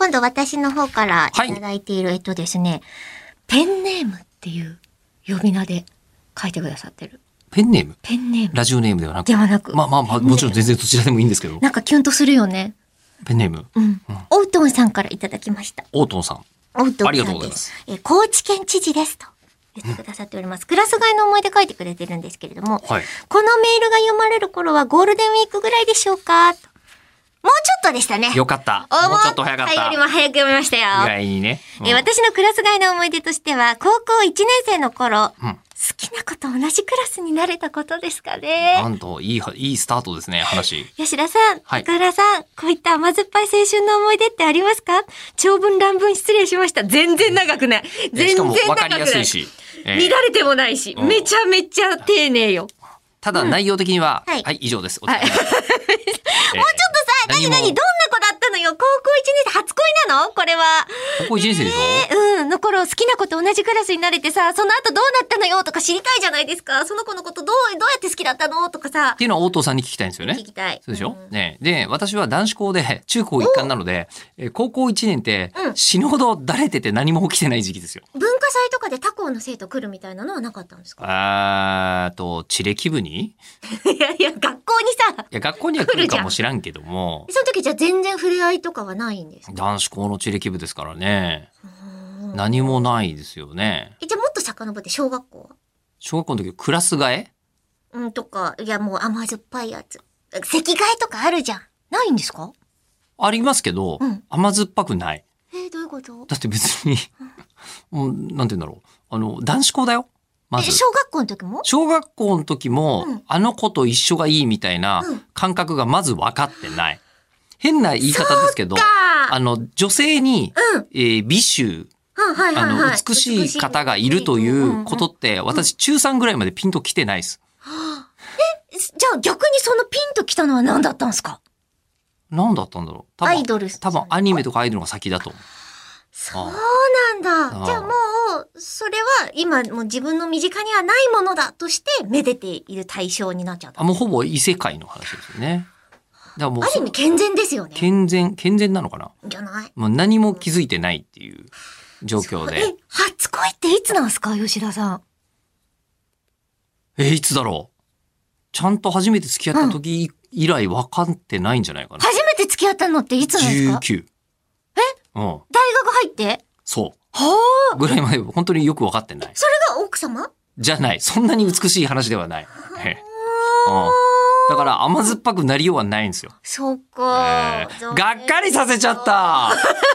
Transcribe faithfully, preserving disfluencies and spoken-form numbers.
今度私の方からいただいている、はい、えっとですね、ペンネームっていう呼び名で書いてくださってる。 ペンネームペンネーム。 ラジオネームではなく。 ではなく。 まあまあまあ、もちろん全然どちらでもいいんですけど。 なんかキュンとするよね。 ペンネーム。 うん。うん、オートンさんからいただきました。 オートンさん。 オートンさんです。 ありがとうございます。 えー、高知県知事ですと言ってくださっております。うん、クラス替えの思い出書いてくれてるんですけれども、はい、このメールが読まれる頃はゴールデンウィークぐらいでしょうかと。もうちょっとでしたね。 よかった。もうちょっと早かった。 はい、よりも早く読みましたよ。 意外にね。 うん、え私のクラス替えの思い出としては、高校いちねん生の頃、うん、好きな子と同じクラスになれたことですかね。 なんと、いい、いいスタートですね、話。 吉田さん、はい、高原さん、こういった甘酸っぱい青春の思い出ってありますか？長文乱文失礼しました。全然長くない。全然長くない。しかも分かりやすいし。えー、乱れてもないし、めちゃめちゃ丁寧よ。 ただ内容的には、うん、はい、はい、以上です。お疲れ様です。もうちょっとさ、何何どんな子だったのよ。高校いちねん生初恋なのこれは。 高校いちねん生でしょ、 えー、うん。の頃好きな子と同じクラスになれてさ、その後どうなったのよとか知りたいじゃないですか。その子のことどう、どうやって好きだったのとかさ。 っていうのは応答さんに聞きたいんですよね。 聞きたい。 そうでしょ、うん、ね。で、私は男子校で中高一貫なので、え高校いちねんって、うん、死ぬほどだれてて何も起きてない時期ですよ。 文化祭とかで他校の生徒来るみたいなのはなかったんですか？ あーと、地歴部にいやいや、学校にさ。 いや、学校には来るかもしらんけども。 その時じゃあ全然触れ合いとかはないんですか？ 男子校の地歴部ですからね。何もないですよね。 え、じゃあもっと遡って小学校は？ 小学校の時クラス替えうん、とか、いやもう甘酸っぱいやつ。席替えとかあるじゃん。ないんですか？ ありますけど、うん、甘酸っぱくない。 えー、どういうこと？ だって別に、うん、なんて言うんだろう。あの、男子校だよ。まず。 え、小学校の時も？ 小学校の時も、うん、あの子と一緒がいいみたいな感覚がまず分かってない。変な言い方ですけど、あの、女性に、うん、えー、美醜、あの、美しい方がいるということって、私、中さんぐらいまでピンと来てないです。 え、じゃあ逆にそのピンと来たのは何だったんですか？ 何だったんだろう。多分アイドル。 多分アニメとかアイドルが先だと思う。 そうなんだ。じゃあもう、それは今もう自分の身近にはないものだとして、めでている対象になっちゃった。 あ、もうほぼ異世界の話ですよね。 だからもうある意味健全ですよね。 健全、健全なのかな？ じゃない。 もう何も気づいてないっていう状況で。 え、初恋っていつなんですか、吉田さん。 え、いつだろう。ちゃんと初めて付き合った時以来分かってないんじゃないかな。 初めて付き合ったのっていつなんですか？ じゅうきゅう。 え？ うん。 大学入って？ そう。 はあ。ぐらいまで本当によく分かってない。 それが奥様？ じゃない。そんなに美しい話ではない。えうん。だから甘酸っぱくなりようはないんですよ。 そっか、 えー。がっかりさせちゃった